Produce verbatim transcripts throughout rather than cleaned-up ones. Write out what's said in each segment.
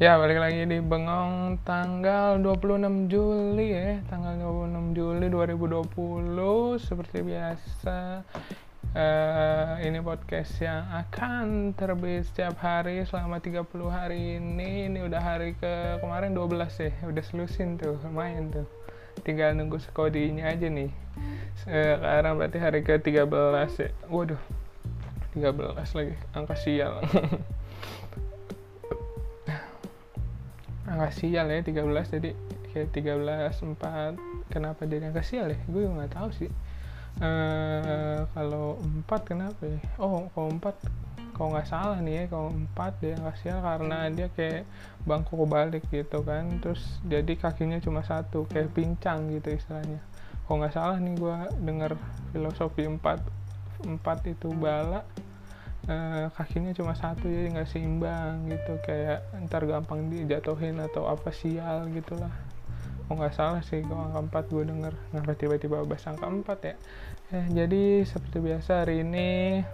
Ya, balik lagi di Bengong tanggal dua puluh enam Juli ya, tanggal dua puluh enam Juli dua ribu dua puluh. Seperti biasa, uh, ini podcast yang akan terbit setiap hari selama tiga puluh hari ini. Ini udah hari ke kemarin dua belas ya, udah selusin tuh, lumayan tuh. Tinggal nunggu sekodinya aja nih. Sekarang berarti hari ke tiga belas ya. Waduh, tiga belas lagi, angka sial. Angka sial ya, tiga belas, jadi kayak tiga belas empat. Kenapa jadi angka sial ya, gue juga gak tahu sih. Uh, kalau empat kenapa ya, oh kalau empat kalau nggak salah nih ya, kalau empat dia angka sial karena dia kayak bangku kebalik gitu kan, terus jadi kakinya cuma satu, kayak pincang gitu istilahnya. Kalau nggak salah nih gue denger filosofi empat empat itu bala, Uh, kakinya cuma satu, jadi nggak seimbang gitu, kayak ntar gampang dijatuhin atau apa, sial gitulah. Oh nggak salah sih, kalau angka empat gue denger. Ngapa tiba-tiba bahas angka empat ya? Eh, jadi seperti biasa hari ini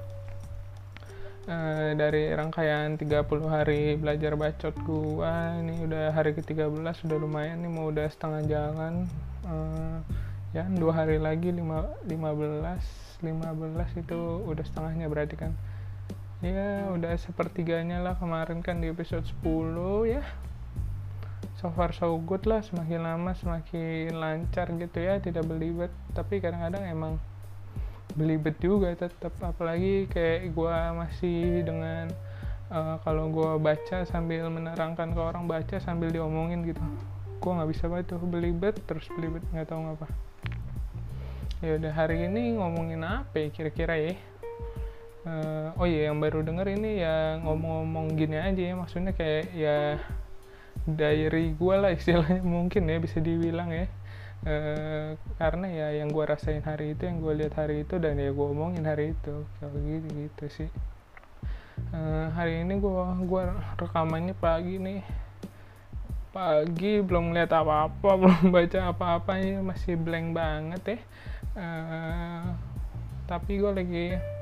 uh, dari rangkaian tiga puluh hari belajar bacot gue, ini udah hari ke tiga belas, udah lumayan nih, mau udah setengah jalan. Uh, ya dua hari lagi lima belas lima belas itu udah setengahnya berarti kan. Ya udah sepertiganya lah, kemarin kan di episode sepuluh ya. So far so good lah, semakin lama semakin lancar gitu ya, tidak belibet. Tapi kadang-kadang emang belibet juga tetap, apalagi kayak gue masih dengan uh, kalau gue baca sambil menerangkan ke orang, baca sambil diomongin gitu, gue nggak bisa banget tuh, belibet terus belibet, nggak tahu ngapa. Ya udah, hari ini ngomongin apa ya kira-kira ya? Uh, oh iya, yang baru denger ini ya ngomong-ngomong gini aja ya, maksudnya kayak ya diary gue lah istilahnya, mungkin ya bisa dibilang ya. Uh, karena ya yang gue rasain hari itu, yang gue lihat hari itu, dan ya gue omongin hari itu, kayak gitu gitu sih. Uh, hari ini gue gue rekamannya pagi nih, pagi belum lihat apa-apa, belum baca apa-apa ya, masih blank banget ya. Uh, tapi gue lagi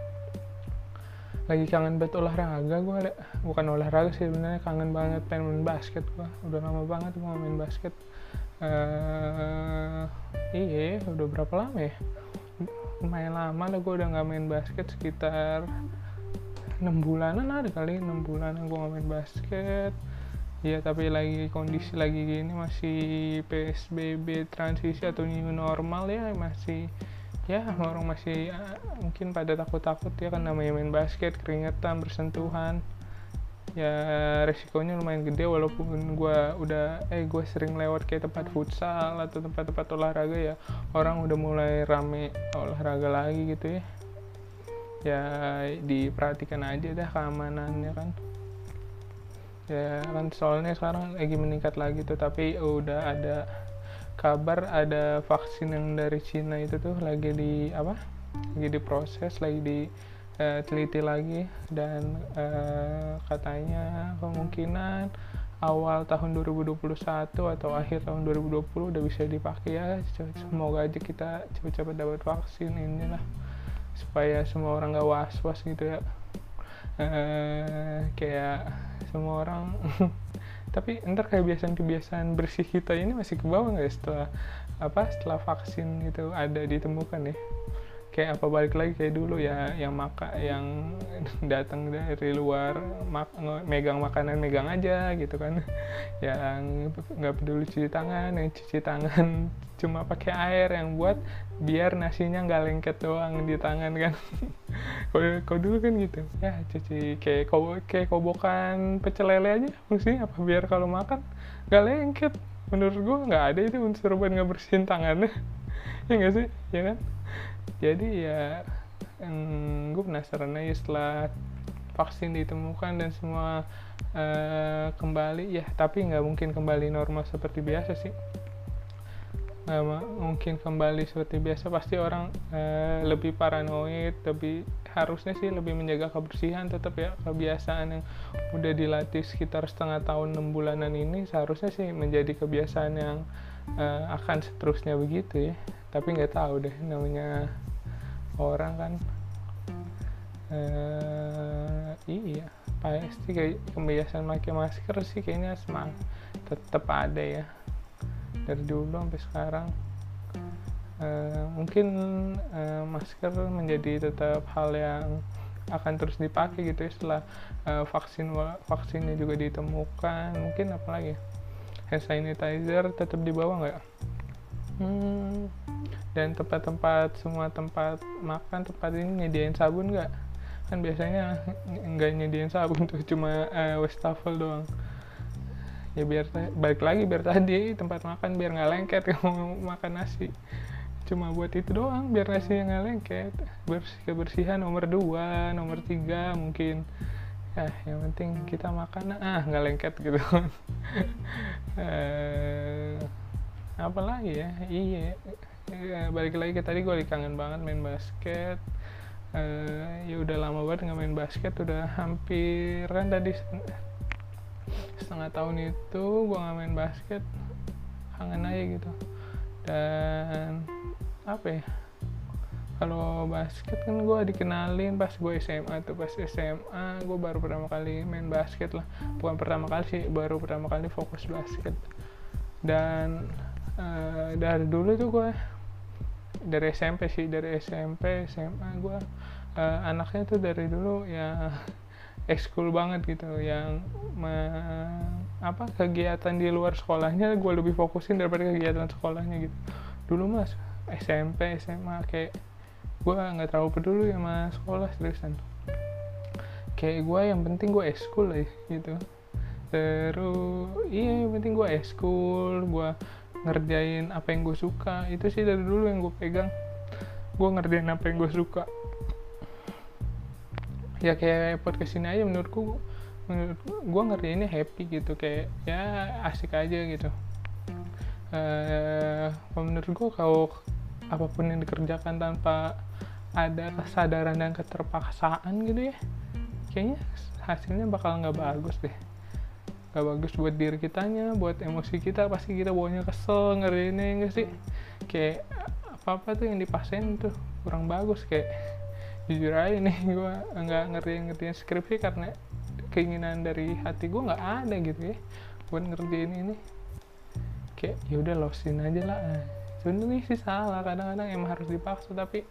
lagi kangen banget olahraga. Gue bukan olahraga sih sebenarnya, kangen banget pengen main basket. Gue udah lama banget mau main basket. Uh, iya udah berapa lama ya, lumayan lama lah gue udah nggak main basket, sekitar enam bulanan ada kali, enam bulanan gue nggak main basket ya. Tapi lagi kondisi lagi gini, masih P S B B transisi atau new normal ya, masih ya orang masih ya, mungkin pada takut-takut ya kan, namanya main basket, keringetan, bersentuhan ya, resikonya lumayan gede. Walaupun gue udah eh gue sering lewat kayak tempat futsal atau tempat-tempat olahraga ya, orang udah mulai rame olahraga lagi gitu ya. Ya diperhatikan aja dah keamanannya kan ya kan, soalnya sekarang lagi meningkat lagi tuh. Tapi udah ada kabar ada vaksin yang dari Cina itu tuh lagi di apa lagi diproses, lagi diteliti uh, lagi, dan uh, katanya kemungkinan awal tahun dua ribu dua puluh satu atau akhir tahun dua ribu dua puluh udah bisa dipakai ya. Semoga aja kita cepat-cepat dapat vaksin ini lah, supaya semua orang gak was-was gitu ya. Uh, kayak semua orang tapi ntar kebiasaan-kebiasaan bersih kita ini masih ke bawah nggak ya setelah apa setelah vaksin gitu ada ditemukan ya? Kayak apa balik lagi kayak dulu ya, yang maka yang datang dari luar mak, megang makanan megang aja gitu kan, yang nggak peduli cuci tangan, yang cuci tangan cuma pakai air yang buat biar nasinya nggak lengket doang di tangan kan. Kalau dulu kan gitu ya, cuci kayak kobo, kayak kobokan pecel lele aja fungsinya apa, biar kalau makan nggak lengket. Menurut gue nggak ada itu unsur buat nggak bersihin tangannya. Ya nggak sih, ya kan? Jadi ya hmm, gue penasaran aja setelah vaksin ditemukan dan semua uh, kembali ya, tapi nggak mungkin kembali normal seperti biasa sih, nggak mungkin kembali seperti biasa. Pasti orang uh, lebih paranoid, lebih harusnya sih lebih menjaga kebersihan tetap ya. Kebiasaan yang udah dilatih sekitar setengah tahun, enam bulanan ini seharusnya sih menjadi kebiasaan yang uh, akan seterusnya begitu ya. Tapi nggak tahu deh, namanya orang kan uh, iya pasti kayak kebiasaan pakai masker sih kayaknya semangat tetap ada ya dari dulu sampai sekarang. Uh, mungkin uh, masker menjadi tetap hal yang akan terus dipakai gitu ya setelah uh, vaksin vaksinnya juga ditemukan. Mungkin apalagi hand sanitizer tetap dibawa nggak? Hmm, dan tempat-tempat semua tempat makan tempat ini nyediain sabun nggak? Kan biasanya nggak nyediain sabun tuh, cuma uh, wastafel doang. Ya biar balik lagi biar tadi tempat makan biar nggak lengket kalau makan nasi, cuma buat itu doang biar nasinya nggak lengket. Bersih kebersihan nomor dua, nomor tiga mungkin ya, yang penting kita makan ah nggak lengket gitu. uh, apa lagi ya, iya ya, balik lagi ke tadi gue kangen banget main basket. Uh, ya udah lama banget nggak main basket, udah hampir kan tadi setengah tahun itu gue nggak main basket, kangen aja gitu. Dan apa ya, kalau basket kan gue dikenalin pas gue S M A tuh, pas S M A gue baru pertama kali main basket lah, bukan pertama kali sih, baru pertama kali fokus basket. Dan uh, dari dulu tuh gue dari S M P sih, dari S M P S M A gue uh, anaknya tuh dari dulu ya ekskul banget gitu, yang me, apa kegiatan di luar sekolahnya gue lebih fokusin daripada kegiatan sekolahnya gitu. Dulu mas S M P S M A kayak gue nggak terlalu peduli sama sekolah seriusan, kayak gue yang penting gue ekskul aja gitu. Terus iya yang penting gue ekskul, gue ngerjain apa yang gue suka, itu sih dari dulu yang gue pegang. Gue ngerjain apa yang gue suka ya, kayak podcast ini aja menurutku menurut gue ngerjainnya happy gitu, kayak ya asik aja gitu. Uh, menurut gue kalau apapun yang dikerjakan tanpa ada kesadaran dan keterpaksaan gitu ya, kayaknya hasilnya bakal nggak bagus deh, nggak bagus buat diri kitanya, buat emosi kita, pasti kita bawanya kesel ngerjainnya, nggak sih? Kayak apa-apa tuh yang dipaksain tuh kurang bagus. Kayak jujur aja nih, gue nggak ngerjain-ngerjain skripsi karena keinginan dari hati gue nggak ada gitu ya buat ngerjain ini. Kayak ya udah losin aja lah. Sebenarnya sih salah, kadang-kadang emang harus dipaksa, tapi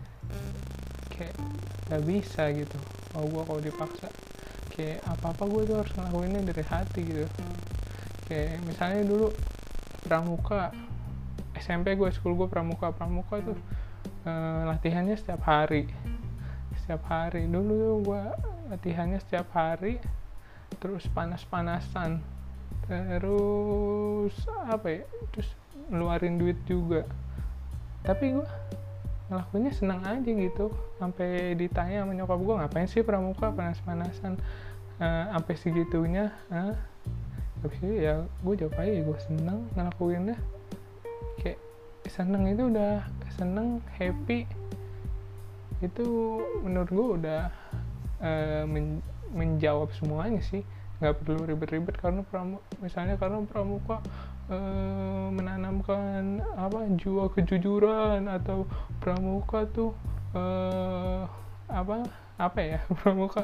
kayak nggak bisa gitu. Oh gue kalau dipaksa kayak apa-apa gue tuh harus ngelakuinnya dari hati gitu. Kayak misalnya dulu pramuka S M P gue, sekolah gue pramuka pramuka tuh eh, latihannya setiap hari setiap hari dulu tuh gue latihannya setiap hari, terus panas-panasan, terus apa ya, terus ngeluarin duit juga, tapi gue ngelakuinnya senang aja gitu. Sampai ditanya sama nyokap gue, ngapain sih pramuka panas-panasan uh, sampai segitunya, uh, tapi ya gue jawab aja, gue seneng ngelakuinnya. Kayak seneng itu udah seneng, happy itu menurut gue udah uh, men- menjawab semuanya sih. Nggak perlu ribet-ribet karena pramuka, misalnya karena pramuka uh, menanamkan apa jiwa kejujuran, atau pramuka tuh uh, apa apa ya pramuka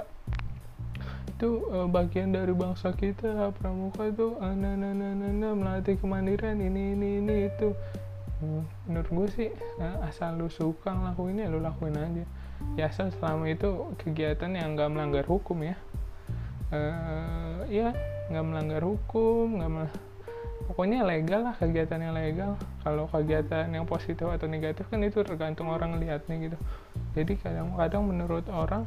itu uh, bagian dari bangsa kita, pramuka itu uh, nah, nah, nah, nah, nah, melatih kemandirian ini ini ini itu. Menurut gue sih asal lu suka ngelakuinnya, lu lakuin aja ya, asal selama itu kegiatan yang gak melanggar hukum ya. Uh, ya gak melanggar hukum, gak mel- pokoknya legal lah, kegiatan yang legal. Kalau kegiatan yang positif atau negatif kan itu tergantung orang lihatnya gitu. Jadi kadang-kadang menurut orang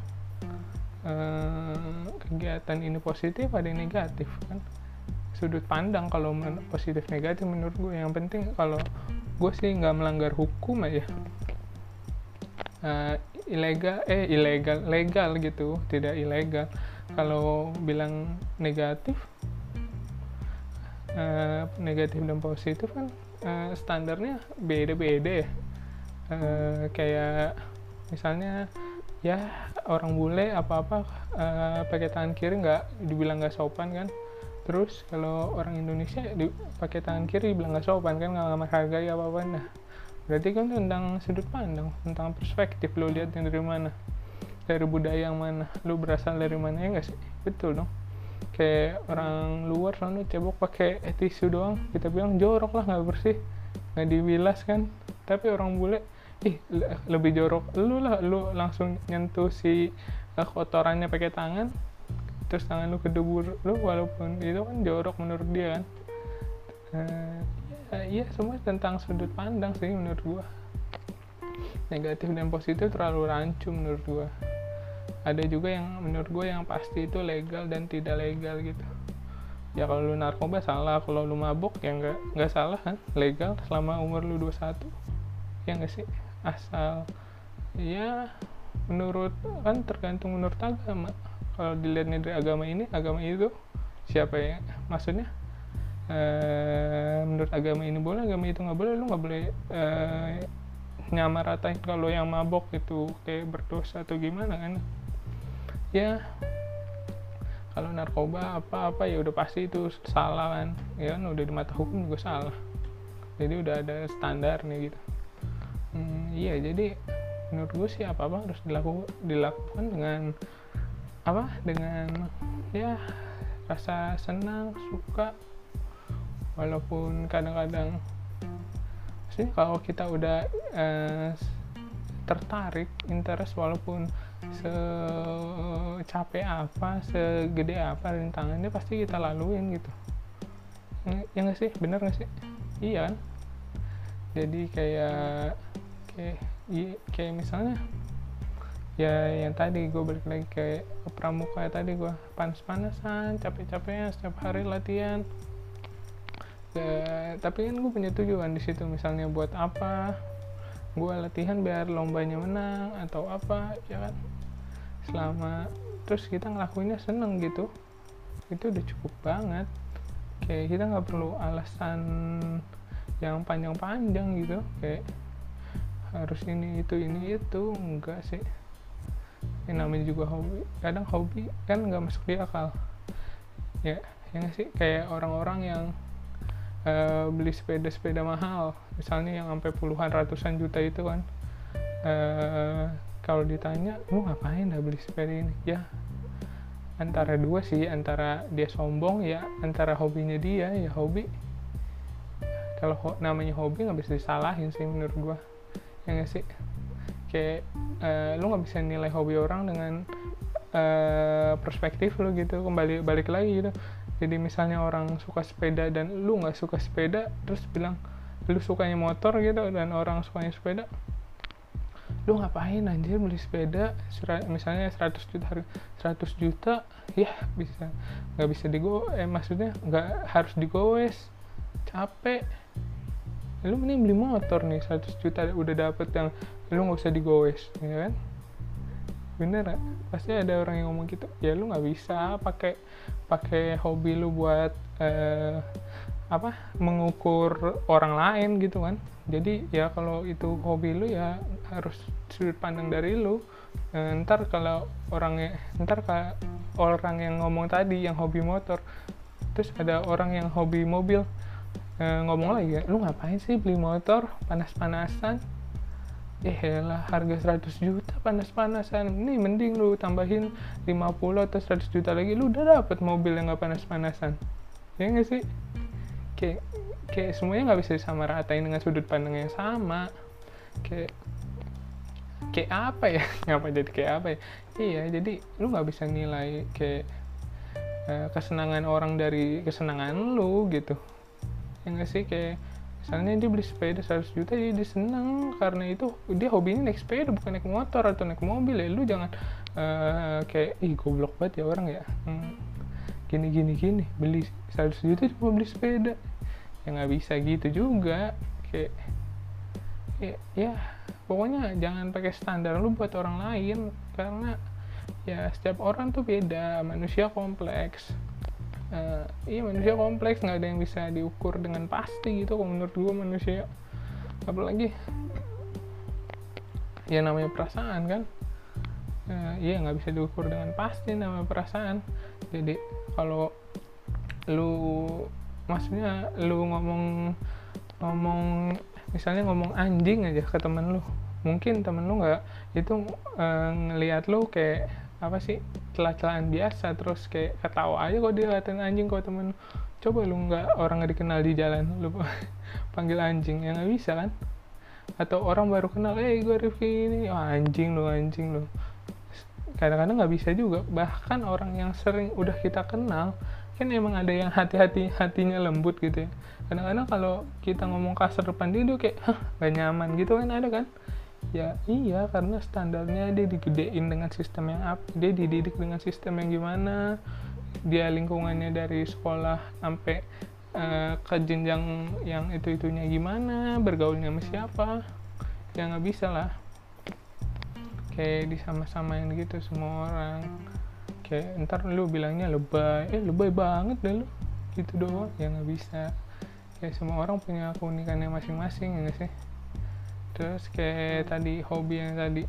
uh, kegiatan ini positif, ada yang negatif kan, sudut pandang kalau positif negatif. Menurut gue yang penting kalau gue sih nggak melanggar hukum aja, uh, ilegal eh ilegal legal gitu, tidak ilegal. Kalau bilang negatif uh, negatif dan positif kan uh, standarnya beda-beda ya. Uh, kayak misalnya ya orang bule apa-apa uh, pakai tangan kiri nggak dibilang nggak sopan kan. Terus kalau orang Indonesia pakai tangan kiri bilang nggak sopan kan, nggak menghargai apa-apa. Nah berarti kan tentang sudut pandang, tentang perspektif, lo lihat yang dari mana. dari budaya yang mana, lu berasal dari mana, ya nggak sih? Betul dong. Kayak orang luar sana cebok pakai tisu doang, kita bilang jorok lah, nggak bersih, nggak dibilas kan. Tapi orang bule, ih lebih jorok lu lah, lu langsung nyentuh si uh, kotorannya pakai tangan, terus tangan lu kedubur lu, walaupun itu kan jorok menurut dia kan. uh, ya, iya semua tentang sudut pandang sih menurut gua. Negatif dan positif terlalu rancu menurut gua. Ada juga yang menurut gua yang pasti itu legal dan tidak legal gitu. Ya kalau lu narkoba salah, kalau lu mabuk ya nggak nggak salah kan, legal selama umur lu dua puluh satu, ya nggak sih? Asal ya menurut kan tergantung menurut agama. Kalau dilihatnya dari agama ini agama itu, siapa ya maksudnya, e, menurut agama ini boleh, agama itu nggak boleh, lu nggak boleh e, nyamaratain kalau yang mabok itu kayak berdosa atau gimana kan. Ya kalau narkoba apa-apa ya udah pasti itu salah kan, ya kan udah di mata hukum juga salah, jadi udah ada standar nih gitu. hmm, iya jadi menurut gue sih apa-apa harus dilaku, dilakukan dengan apa, dengan ya rasa senang, suka, walaupun kadang-kadang sih kalau kita udah eh, tertarik, interest, walaupun secapek apa, segede apa rintangannya pasti kita laluin gitu, ya nggak sih, bener nggak sih? Iya kan. Jadi kayak kayak kayak misalnya ya yang tadi gue balik lagi kayak ke pramuka ya, tadi gue panas-panasan, capek-capeknya setiap hari latihan. Ya, tapi kan gue punya tujuan di situ, misalnya buat apa gue latihan, biar lombanya menang atau apa, ya kan. Selama terus kita ngelakuinnya seneng gitu, itu udah cukup banget. Kayak kita nggak perlu alasan yang panjang-panjang gitu, kayak harus ini itu ini itu, enggak sih. Ini namanya juga hobi, kadang hobi kan nggak masuk di akal, ya ya nggak sih. Kayak orang-orang yang Uh, beli sepeda-sepeda mahal misalnya yang sampai puluhan ratusan juta itu kan, uh, kalau ditanya lu ngapain dah beli sepeda ini, ya antara dua sih, antara dia sombong, ya antara hobinya dia, ya hobi. Kalau ho- namanya hobi nggak bisa disalahin sih menurut gua, ya nggak sih. Kayak uh, lu nggak bisa nilai hobi orang dengan uh, perspektif lu gitu, kembali balik lagi gitu. Jadi misalnya orang suka sepeda dan lu nggak suka sepeda, terus bilang lu sukanya motor gitu, dan orang sukanya sepeda, lu ngapain anjir beli sepeda sera, misalnya seratus juta, harga seratus juta, ya bisa nggak bisa digo, eh maksudnya nggak harus digoes, capek. Lu mending beli motor nih seratus juta udah dapet yang lu nggak usah digoes, ya kan? Bener gak? Pasti ada orang yang ngomong gitu. Ya lu nggak bisa pakai pakai hobi lu buat eh, apa mengukur orang lain gitu kan. Jadi ya kalau itu hobi lu ya harus sudut pandang dari lu. E, ntar kalau orangnya ntar kalau orang yang ngomong tadi yang hobi motor, terus ada orang yang hobi mobil e, ngomong lagi, lu ngapain sih beli motor panas-panasan? Eh lah, harga seratus juta panas-panasan, ini mending lu tambahin lima puluh atau seratus juta lagi, lu udah dapet mobil yang gak panas-panasan, ya gak sih? Kayak, kayak semuanya gak bisa disamaratain dengan sudut pandang yang sama. Kayak kayak apa ya? Ngapa jadi kayak apa ya? Iya, jadi lu gak bisa nilai kayak uh, kesenangan orang dari kesenangan lu gitu, ya gak sih? Kayak misalnya dia beli sepeda seratus juta, dia, dia senang karena itu dia hobinya naik sepeda bukan naik motor atau naik mobil. Ya lu jangan uh, kayak ih goblok banget ya orang ya, hmm, gini gini gini beli seratus juta cuma beli sepeda, ya nggak bisa gitu juga. Kayak ya, ya pokoknya jangan pakai standar lu buat orang lain, karena ya setiap orang tuh beda, manusia kompleks. Uh, iya manusia kompleks, nggak ada yang bisa diukur dengan pasti gitu kalau menurut gue manusia. Apalagi ya namanya perasaan kan, uh, iya nggak bisa diukur dengan pasti namanya perasaan. Jadi kalau lu maksudnya lu ngomong ngomong misalnya ngomong anjing aja ke temen lu, mungkin temen lu nggak itu uh, ngelihat lu kayak apa sih, celah-celahan biasa, terus kayak ketawa aja kok dia ngatain anjing. Kok temen, coba lu nggak, orang nggak dikenal di jalan lu panggil anjing, ya nggak bisa kan. Atau orang baru kenal, eh gue Rifki ini, oh, anjing lu, anjing lu. Kadang-kadang nggak bisa juga. Bahkan orang yang sering udah kita kenal kan emang ada yang hati-hati, hatinya lembut gitu ya. Kadang-kadang kalau kita ngomong kasar depan dia, dia kayak hah gak nyaman gitu kan, ada kan. Ya iya, karena standarnya dia digedein dengan sistem yang apa, dia dididik dengan sistem yang gimana, dia lingkungannya dari sekolah sampai uh, ke jenjang yang itu-itunya gimana, bergaulnya sama siapa, ya nggak bisa lah kayak disama-samain gitu semua orang. Kayak ntar lu bilangnya lebay, eh lebay banget deh lu gitu doang, ya nggak bisa. Kayak semua orang punya keunikannya masing-masing, ya nggak sih. Terus kayak tadi hobi yang tadi,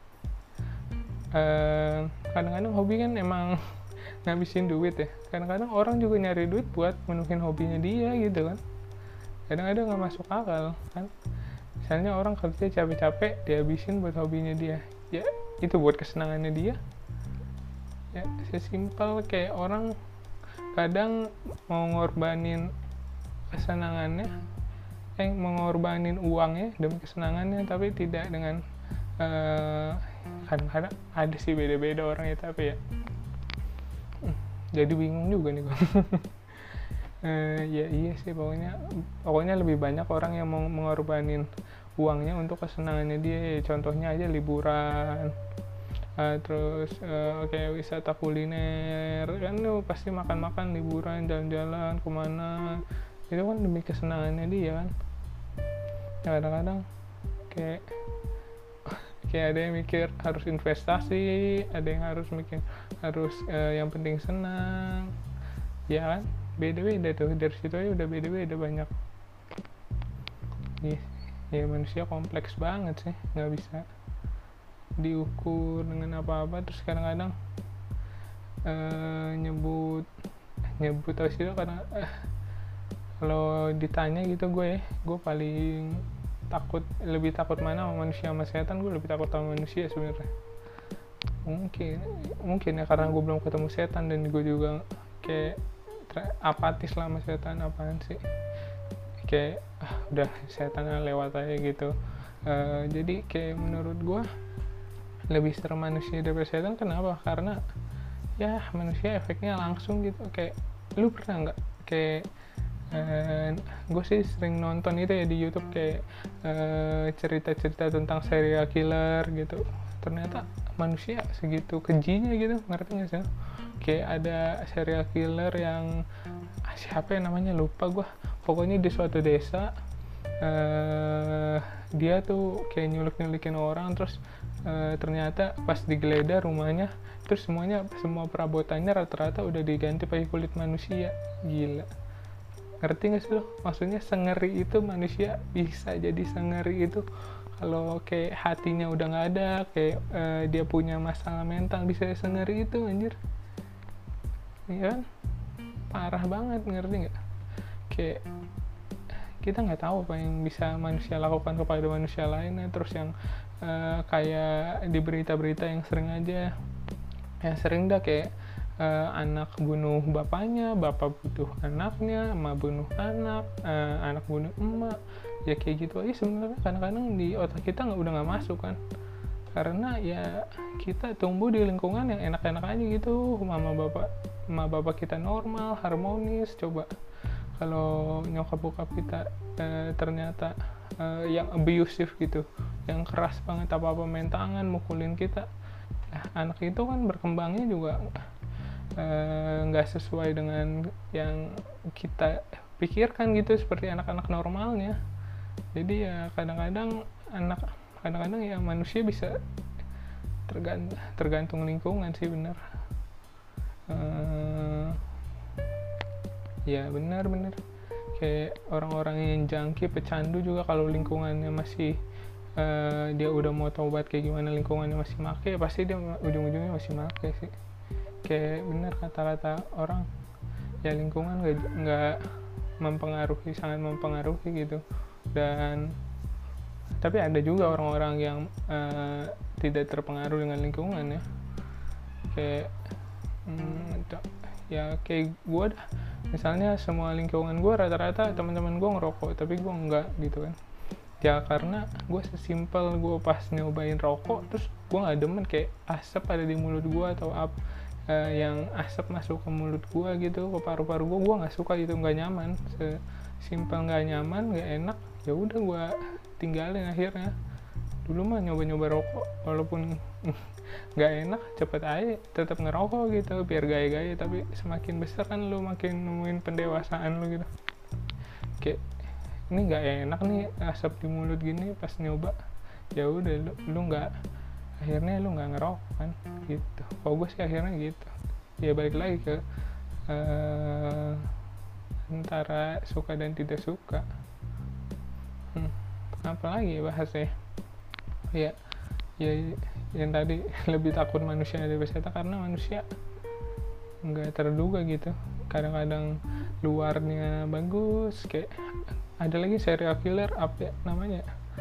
uh, kadang-kadang hobi kan emang ngabisin duit ya. Kadang-kadang orang juga nyari duit buat menuhin hobinya dia gitu kan. Kadang-kadang nggak masuk akal kan. Misalnya orang kerja capek-capek dihabisin buat hobinya dia, ya itu buat kesenangannya dia. Ya sesimpel kayak orang kadang mau ngorbanin kesenangannya, eh mengorbanin uangnya demi kesenangannya, tapi tidak dengan uh, kadang-kadang ada sih beda-beda orangnya, tapi ya jadi bingung juga nih gue. uh, ya iya sih, pokoknya pokoknya lebih banyak orang yang mau mengorbanin uangnya untuk kesenangannya dia. Contohnya aja liburan, uh, terus uh, kayak wisata kuliner kan, lu pasti makan-makan, liburan, jalan-jalan kemana, itu kan demi kesenangannya dia kan. Kadang-kadang kayak kayak ada yang mikir harus investasi, ada yang harus mikir harus uh, yang penting senang, ya kan. Beda-beda tuh, dari situ aja udah beda-beda banyak. Iya, ya manusia kompleks banget sih, nggak bisa diukur dengan apa-apa. Terus kadang-kadang uh, nyebut nyebut terus itu karena uh, kalau ditanya gitu gue ya, gue paling takut, lebih takut mana sama manusia sama setan. Gue lebih takut sama manusia sebenarnya. Mungkin mungkin ya karena gue belum ketemu setan, dan gue juga kayak apatis lah sama setan, apaan sih, kayak ah, udah setan lewat aja gitu. Uh, jadi kayak menurut gue lebih serem manusia daripada setan. Kenapa? Karena ya manusia efeknya langsung gitu. Kayak lu pernah nggak kayak uh, gue sih sering nonton itu ya di YouTube, kayak uh, cerita-cerita tentang serial killer gitu. Ternyata manusia segitu kejinya gitu, ngerti nggak sih? Kayak ada serial killer yang ah, siapa yang namanya lupa gue, pokoknya di suatu desa uh, dia tuh kayak nyulik-nyulikin orang, terus uh, ternyata pas digeledah rumahnya, terus semuanya, semua perabotannya rata-rata udah diganti pakai kulit manusia. Gila, ngerti nggak sih lo? Maksudnya sengeri itu manusia bisa jadi sengeri itu. Kalau kayak hatinya udah nggak ada, kayak uh, dia punya masalah mental, bisa sengeri itu anjir. Iya kan, parah banget, ngerti nggak? Kayak kita nggak tahu apa yang bisa manusia lakukan kepada manusia lainnya. Terus yang uh, kayak di berita-berita yang sering aja, yang sering dah kayak uh, anak bunuh bapaknya, bapak bunuh anaknya, emak bunuh anak, uh, anak bunuh emak, ya kayak gitu aja sebenarnya. Kadang-kadang di otak kita nggak, udah nggak masuk kan, karena ya kita tumbuh di lingkungan yang enak-enak aja gitu, mama bapak mama bapak kita normal, harmonis. Coba kalau nyokap bokap kita eh, ternyata eh, yang abusive gitu, yang keras banget, apa-apa main tangan, mukulin kita, nah, anak itu kan berkembangnya juga nggak eh, sesuai dengan yang kita pikirkan gitu, seperti anak-anak normalnya. Jadi ya kadang-kadang anak kadang-kadang ya manusia bisa tergantung, tergantung lingkungan sih, bener. Uh, ya benar-benar kayak orang-orang yang jangki, pecandu juga, kalau lingkungannya masih uh, dia udah mau taubat kayak gimana, lingkungannya masih make, pasti dia ujung-ujungnya masih make sih. Kayak benar kata-kata orang, ya lingkungan nggak, nggak mempengaruhi, sangat mempengaruhi gitu. Dan tapi ada juga orang-orang yang uh, tidak terpengaruh dengan lingkungan ya, kayak hmm, ya kayak gue dah, misalnya semua lingkungan gue rata-rata teman-teman gue ngerokok tapi gue enggak gitu kan, ya karena gue sesimpel gue pas nyobain rokok terus gue nggak demen kayak asap ada di mulut gue atau apa uh, yang asap masuk ke mulut gue gitu, ke paru-paru gue, gue nggak suka gitu, nggak nyaman, sesimpel nggak nyaman, nggak enak, ya udah gue tinggalin akhirnya. Dulu mah nyoba-nyoba rokok walaupun nggak enak, cepet aja tetap ngerokok gitu biar gaya-gaya, tapi semakin besar kan lu makin nemuin pendewasaan lu gitu, kayak ini nggak enak nih asap di mulut gini, pas nyoba ya udah lu lu nggak, akhirnya lu nggak ngerokok kan gitu. Kalau gue sih akhirnya gitu ya, balik lagi ke uh, antara suka dan tidak suka. hmm, apa lagi ya bahasnya ya, ya yang tadi lebih takut manusia daripada setan karena manusia nggak terduga gitu, kadang-kadang luarnya bagus, kayak ada lagi serial killer apa ya, namanya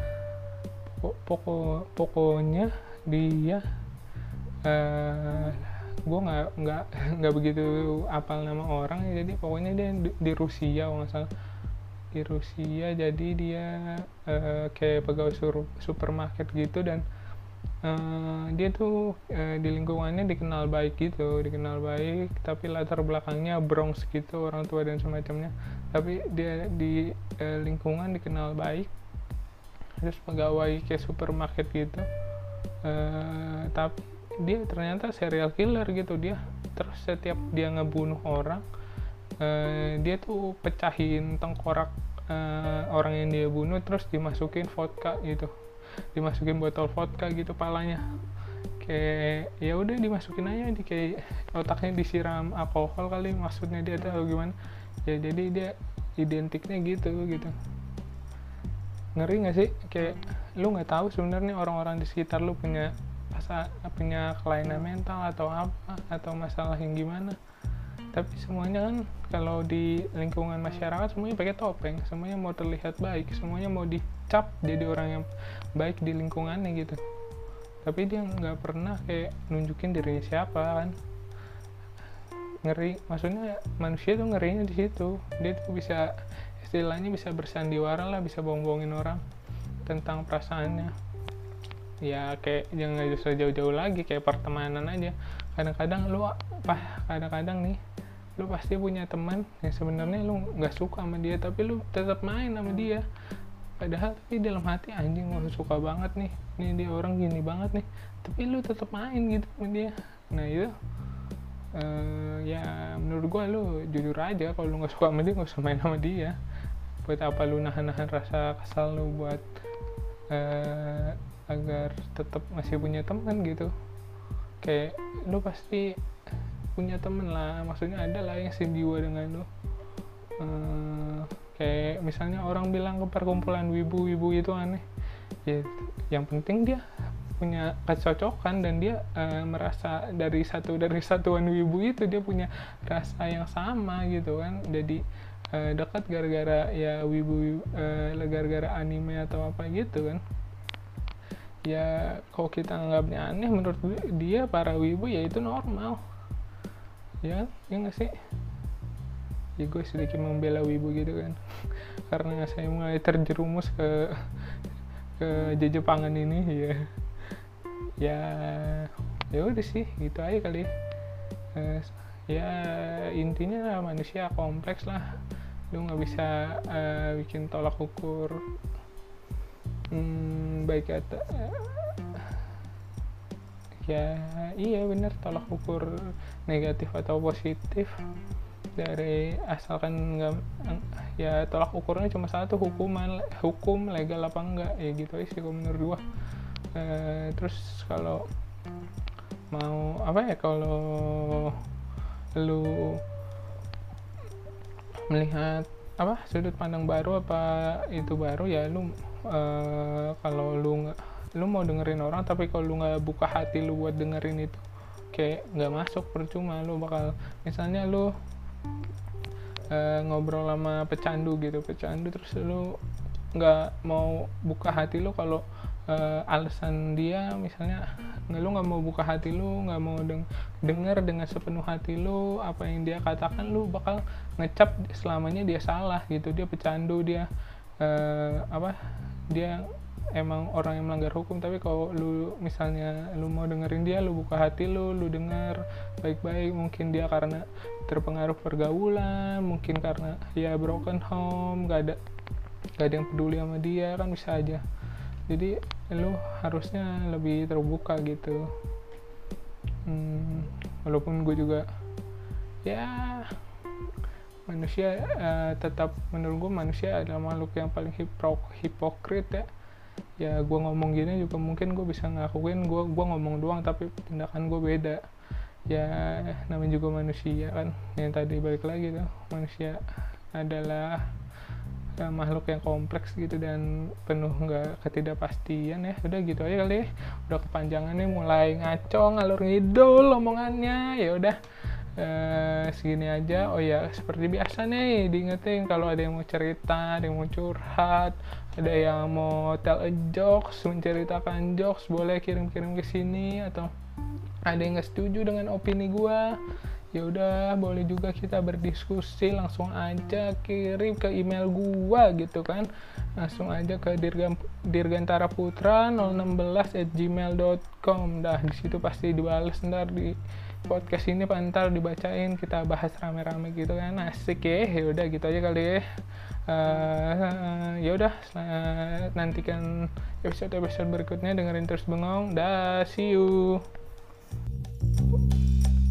pokok pokoknya dia uh, gue nggak nggak nggak begitu apal nama orang ya, jadi pokoknya dia di, di Rusia kalau nggak salah, di Rusia, jadi dia uh, kayak pegawai sur- supermarket gitu, dan uh, dia tuh uh, di lingkungannya dikenal baik gitu, dikenal baik tapi latar belakangnya Bronx gitu, orang tua dan semacamnya, tapi dia di uh, lingkungan dikenal baik, terus pegawai kayak supermarket gitu, uh, tapi dia ternyata serial killer gitu. Dia terus setiap dia ngebunuh orang, uh, dia tuh pecahin tengkorak uh, orang yang dia bunuh, terus dimasukin vodka gitu, dimasukin botol vodka gitu palanya, kayak ya udah dimasukin aja, di kayak otaknya disiram alkohol kali maksudnya dia, atau gimana ya, jadi dia identiknya gitu gitu. Ngeri nggak sih, kayak lu nggak tahu sebenarnya orang-orang di sekitar lu punya masa punya kelainan mental atau apa, atau masalah yang gimana, tapi semuanya kan kalau di lingkungan masyarakat semuanya pakai topeng, semuanya mau terlihat baik, semuanya mau dicap jadi orang yang baik di lingkungannya gitu, tapi dia nggak pernah kayak nunjukin dirinya siapa kan. Ngeri, maksudnya manusia tuh ngerinya di situ, dia tuh bisa istilahnya bisa bersandiwara lah, bisa bohong-bohongin orang tentang perasaannya ya, kayak jangan usah jauh-jauh lagi, kayak pertemanan aja. Kadang-kadang lu apa kadang-kadang nih lu pasti punya teman yang sebenarnya lu nggak suka sama dia, tapi lu tetap main sama dia, padahal tapi dalam hati anjing lu suka banget nih, ini dia orang gini banget nih, tapi lu tetap main gitu sama dia. Nah itu uh, ya menurut gua lu jujur aja, kalau lu nggak suka sama dia nggak usah main sama dia. Buat apa lu nahan-nahan rasa kesal lu buat uh, agar tetap masih punya teman gitu. Kayak lu pasti punya temen lah, maksudnya ada lah yang senjiwa dengan lu. Hmm, kayak misalnya orang bilang ke perkumpulan wibu-wibu itu aneh ya, yang penting dia punya kecocokan dan dia uh, merasa dari satu dari satuan wibu itu dia punya rasa yang sama gitu kan, jadi uh, dekat gara-gara ya wibu uh, gara-gara anime atau apa gitu kan. Ya kalau kita nganggapnya aneh, menurut dia para wibu ya itu normal ya, ya nggak sih? Ya gue sedikit membela wibu gitu kan karena saya mulai terjerumus ke ke Jepangan ini ya. Ya ya udah sih gitu aja kali. Uh, ya intinya manusia kompleks lah, lu nggak bisa uh, bikin tolak ukur hmm, baik atau uh, ya iya bener, tolak ukur negatif atau positif dari asalkan nggak, ya tolak ukurnya cuma satu, hukuman hukum legal apa enggak, ya gitu aja sih kalau menurut gua. E, terus kalau mau apa ya, kalau lu melihat apa sudut pandang baru apa itu baru ya, lu e, kalau lu nggak, lu mau dengerin orang tapi kalau lu nggak buka hati lu buat dengerin itu kayak nggak masuk, percuma. Lu bakal misalnya lu e, ngobrol sama pecandu gitu, pecandu terus lu nggak mau buka hati lu kalau uh, alasan dia misalnya lu nggak mau buka hati lu, nggak mau deng denger dengan sepenuh hati lu apa yang dia katakan, lu bakal ngecap selamanya dia salah gitu, dia pecandu, dia uh, apa dia emang orang yang melanggar hukum. Tapi kalau lu misalnya lu mau dengerin dia, lu buka hati lu, lu denger baik-baik, mungkin dia karena terpengaruh pergaulan, mungkin karena ya broken home, gak ada gak ada yang peduli sama dia, kan bisa aja. Jadi lu harusnya lebih terbuka gitu. hmm, walaupun gue juga ya manusia uh, tetap menurut gue manusia adalah makhluk yang paling hipok hipokrit ya. Ya gue ngomong gini juga mungkin gue bisa ngakuin gue gue ngomong doang tapi tindakan gue beda. Ya namanya juga manusia kan, yang tadi balik lagi tuh, manusia adalah ya, makhluk yang kompleks gitu dan penuh nggak ketidakpastian ya. Udah gitu aja kali ya, udah kepanjangan nih, mulai ngaco ngalur ngidul omongannya. Ya udah eh, segini aja. Oh ya seperti biasa nih diingetin, kalau ada yang mau cerita, ada yang mau curhat, ada yang mau tell a jokes, menceritakan jokes, boleh kirim-kirim ke sini. Atau ada yang nggak setuju dengan opini gue, ya udah boleh juga kita berdiskusi, langsung aja kirim ke email gua gitu kan, langsung aja ke dirgan dirgantara putra nol satu enam at gmail dot com. Dah di situ pasti dibales ntar di podcast ini, pantar dibacain, kita bahas rame-rame gitu kan, asik ya. Ya udah gitu aja kali ya. Uh, ya udah uh, nantikan episode-episode berikutnya, dengerin terus bengong. Dah, see you.